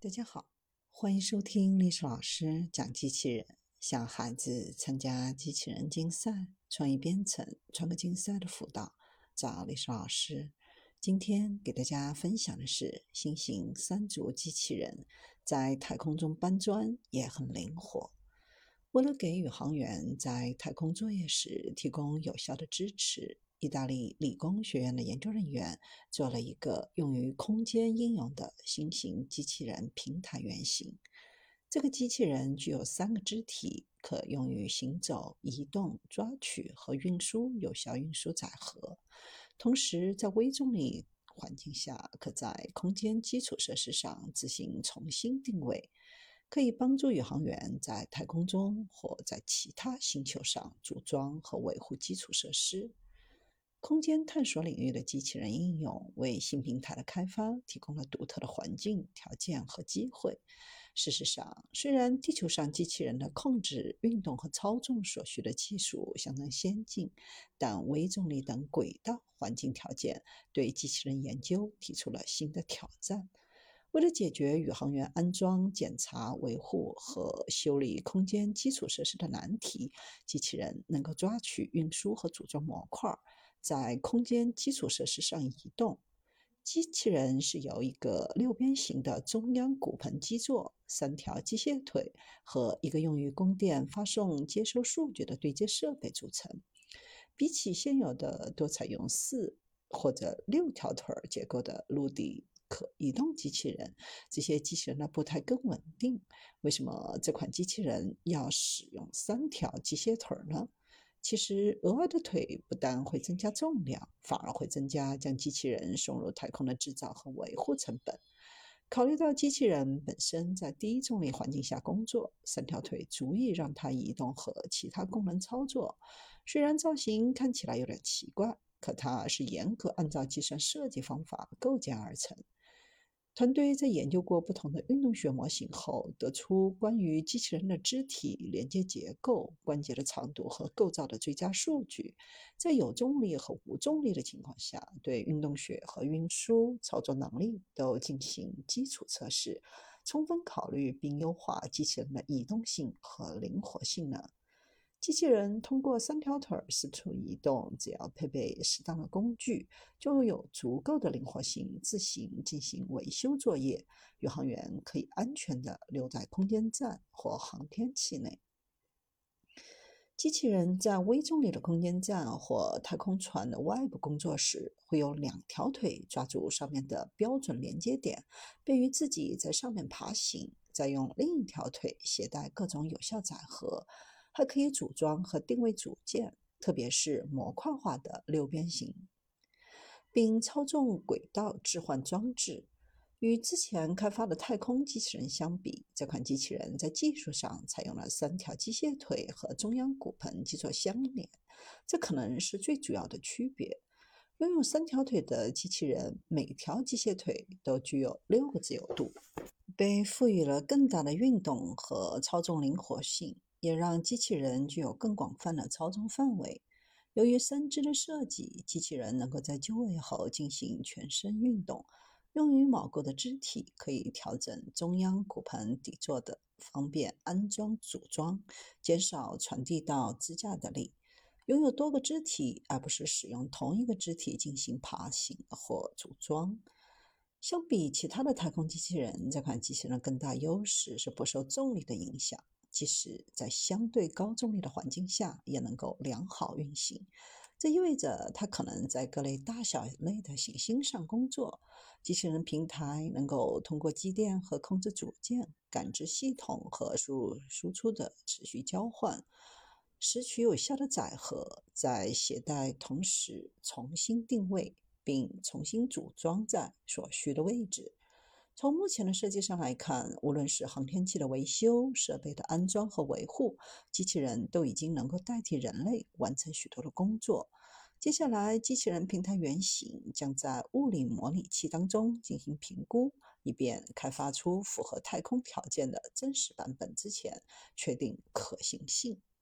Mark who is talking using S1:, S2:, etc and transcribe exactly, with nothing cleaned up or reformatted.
S1: 大家好，欢迎收听历史老师讲机器人。想孩子参加机器人竞赛、创意编程、创客竞赛的辅导，找历史老师。今天给大家分享的是新型三足机器人，在太空中搬砖也很灵活。为了给宇航员在太空作业时提供有效的支持，意大利理工学院的研究人员做了一个用于空间应用的新型机器人平台原型。这个机器人具有三个肢体，可用于行走、移动、抓取和运输有效运输载荷，同时在微重力环境下，可在空间基础设施上自行重新定位，可以帮助宇航员在太空中或在其他星球上组装和维护基础设施。空间探索领域的机器人应用为新平台的开发提供了独特的环境条件和机会。事实上，虽然地球上机器人的控制、运动和操纵所需的技术相当先进，但微重力等轨道环境条件对机器人研究提出了新的挑战。为了解决宇航员安装、检查、维护和修理空间基础设施的难题，机器人能够抓取、运输和组装模块，在空间基础设施上移动。机器人是由一个六边形的中央骨盆基座、三条机械腿和一个用于供电、发送、接收数据的对接设备组成。比起现有的多采用四或者六条腿结构的陆地可移动机器人，这些机器人的步态更稳定。为什么这款机器人要使用三条机械腿呢？其实，额外的腿不但会增加重量，反而会增加将机器人送入太空的制造和维护成本。考虑到机器人本身在低重力环境下工作，三条腿足以让它移动和其他功能操作。虽然造型看起来有点奇怪，可它是严格按照计算设计方法构建而成。团队在研究过不同的运动学模型后，得出关于机器人的肢体、连接结构、关节的长度和构造的最佳数据。在有重力和无重力的情况下，对运动学和运输操作能力都进行基础测试，充分考虑并优化机器人的移动性和灵活性能。机器人通过三条腿四处移动，只要配备适当的工具，就有足够的灵活性自行进行维修作业。宇航员可以安全地留在空间站或航天器内。机器人在微重力的空间站或太空船的外部工作时，会有两条腿抓住上面的标准连接点，便于自己在上面爬行，再用另一条腿携带各种有效载荷，还可以组装和定位组件，特别是模块化的六边形，并操纵轨道置换装置。与之前开发的太空机器人相比，这款机器人在技术上采用了三条机械腿和中央骨盆基座相连，这可能是最主要的区别。拥有三条腿的机器人，每条机械腿都具有六个自由度，被赋予了更大的运动和操纵灵活性，也让机器人具有更广泛的操纵范围。由于三肢的设计，机器人能够在就位后进行全身运动。用于铆构的肢体可以调整中央骨盆底座的，方便安装组装，减少传递到支架的力。拥有多个肢体，而不是使用同一个肢体进行爬行或组装。相比其他的太空机器人，这款机器人的更大优势是不受重力的影响，即使在相对高重力的环境下，也能够良好运行。这意味着它可能在各类大小类的行星上工作。机器人平台能够通过机电和控制组件、感知系统和输入输出的持续交换，拾取有效的载荷，在携带同时重新定位，并重新组装在所需的位置。从目前的设计上来看，无论是航天器的维修、设备的安装和维护，机器人都已经能够代替人类完成许多的工作。接下来，机器人平台原型将在物理模拟器当中进行评估，以便开发出符合太空条件的真实版本之前，确定可行性。